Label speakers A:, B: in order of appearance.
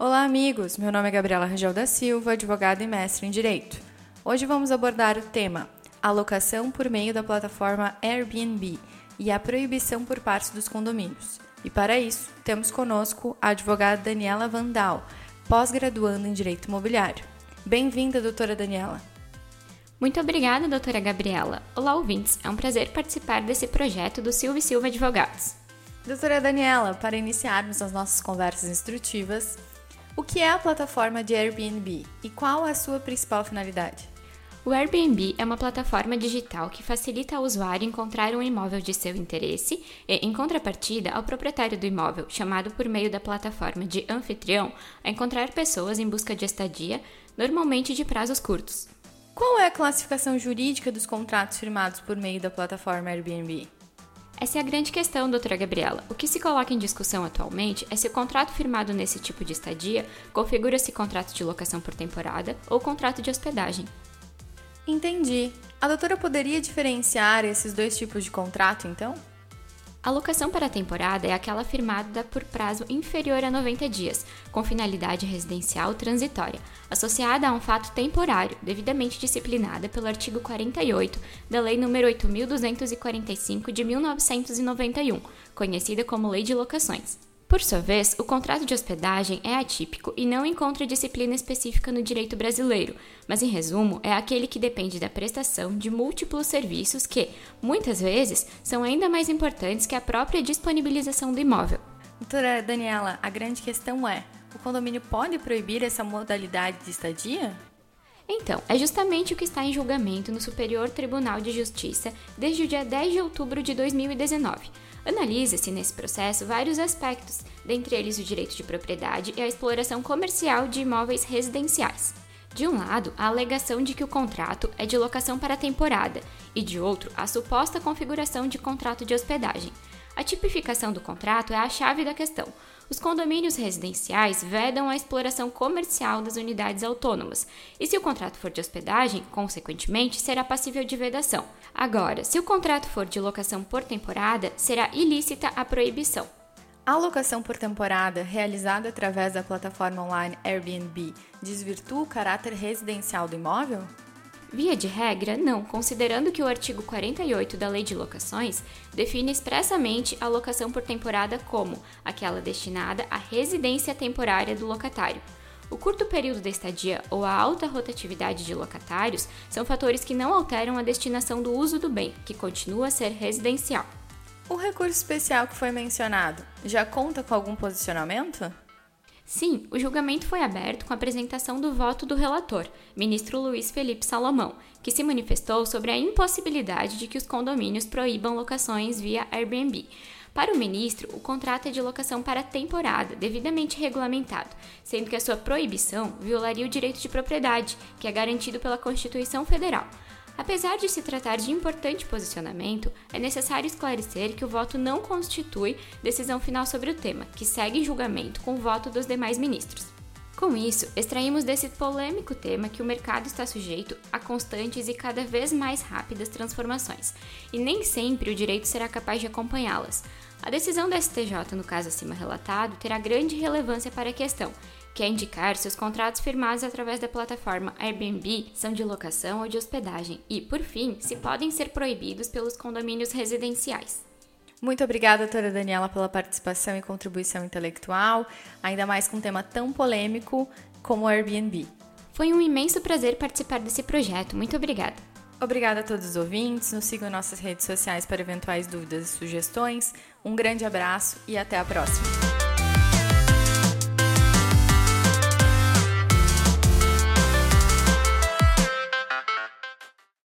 A: Olá, amigos! Meu nome é Gabriela Rangel da Silva, advogada e mestre em Direito. Hoje vamos abordar o tema alocação por meio da plataforma Airbnb e a proibição por parte dos condomínios. E para isso, temos conosco a advogada Daniela Vandal, pós-graduanda em Direito Imobiliário. Bem-vinda, doutora Daniela!
B: Muito obrigada, doutora Gabriela. Olá, ouvintes. É um prazer participar desse projeto do Silva & Silva Advogados.
A: Doutora Daniela, para iniciarmos as nossas conversas instrutivas, o que é a plataforma de Airbnb e qual a sua principal finalidade?
B: O Airbnb é uma plataforma digital que facilita ao usuário encontrar um imóvel de seu interesse e, em contrapartida, ao proprietário do imóvel, chamado por meio da plataforma de anfitrião, a encontrar pessoas em busca de estadia, normalmente de prazos curtos.
A: Qual é a classificação jurídica dos contratos firmados por meio da plataforma Airbnb?
B: Essa é a grande questão, doutora Gabriela. O que se coloca em discussão atualmente é se o contrato firmado nesse tipo de estadia configura-se contrato de locação por temporada ou contrato de hospedagem.
A: Entendi. A doutora poderia diferenciar esses dois tipos de contrato, então?
B: A locação para a temporada é aquela firmada por prazo inferior a 90 dias, com finalidade residencial transitória, associada a um fato temporário, devidamente disciplinada pelo artigo 48 da Lei nº 8.245 de 1991, conhecida como Lei de Locações. Por sua vez, o contrato de hospedagem é atípico e não encontra disciplina específica no direito brasileiro, mas, em resumo, é aquele que depende da prestação de múltiplos serviços que, muitas vezes, são ainda mais importantes que a própria disponibilização do imóvel.
A: Doutora Daniela, a grande questão é, o condomínio pode proibir essa modalidade de estadia?
B: Então, é justamente o que está em julgamento no Superior Tribunal de Justiça desde o dia 10 de outubro de 2019. Analisa-se nesse processo vários aspectos, dentre eles o direito de propriedade e a exploração comercial de imóveis residenciais. De um lado, a alegação de que o contrato é de locação para temporada e, de outro, a suposta configuração de contrato de hospedagem. A tipificação do contrato é a chave da questão. Os condomínios residenciais vedam a exploração comercial das unidades autônomas, e se o contrato for de hospedagem, consequentemente, será passível de vedação. Agora, se o contrato for de locação por temporada, será ilícita a proibição.
A: A locação por temporada, realizada através da plataforma online Airbnb, desvirtua o caráter residencial do imóvel?
B: Via de regra, não, considerando que o artigo 48 da Lei de Locações define expressamente a locação por temporada como aquela destinada à residência temporária do locatário. O curto período da estadia ou a alta rotatividade de locatários são fatores que não alteram a destinação do uso do bem, que continua a ser residencial.
A: O recurso especial que foi mencionado já conta com algum posicionamento?
B: Sim, o julgamento foi aberto com a apresentação do voto do relator, ministro Luiz Felipe Salomão, que se manifestou sobre a impossibilidade de que os condomínios proíbam locações via Airbnb. Para o ministro, o contrato é de locação para temporada, devidamente regulamentado, sendo que a sua proibição violaria o direito de propriedade, que é garantido pela Constituição Federal. Apesar de se tratar de importante posicionamento, é necessário esclarecer que o voto não constitui decisão final sobre o tema, que segue em julgamento com o voto dos demais ministros. Com isso, extraímos desse polêmico tema que o mercado está sujeito a constantes e cada vez mais rápidas transformações, e nem sempre o direito será capaz de acompanhá-las. A decisão da STJ, no caso acima relatado, terá grande relevância para a questão, que é indicar se os contratos firmados através da plataforma Airbnb são de locação ou de hospedagem e, por fim, se podem ser proibidos pelos condomínios residenciais.
A: Muito obrigada, doutora Daniela, pela participação e contribuição intelectual, ainda mais com um tema tão polêmico como o Airbnb.
B: Foi um imenso prazer participar desse projeto. Muito obrigada.
A: Obrigada a todos os ouvintes, nos sigam em nossas redes sociais para eventuais dúvidas e sugestões. Um grande abraço e até a próxima!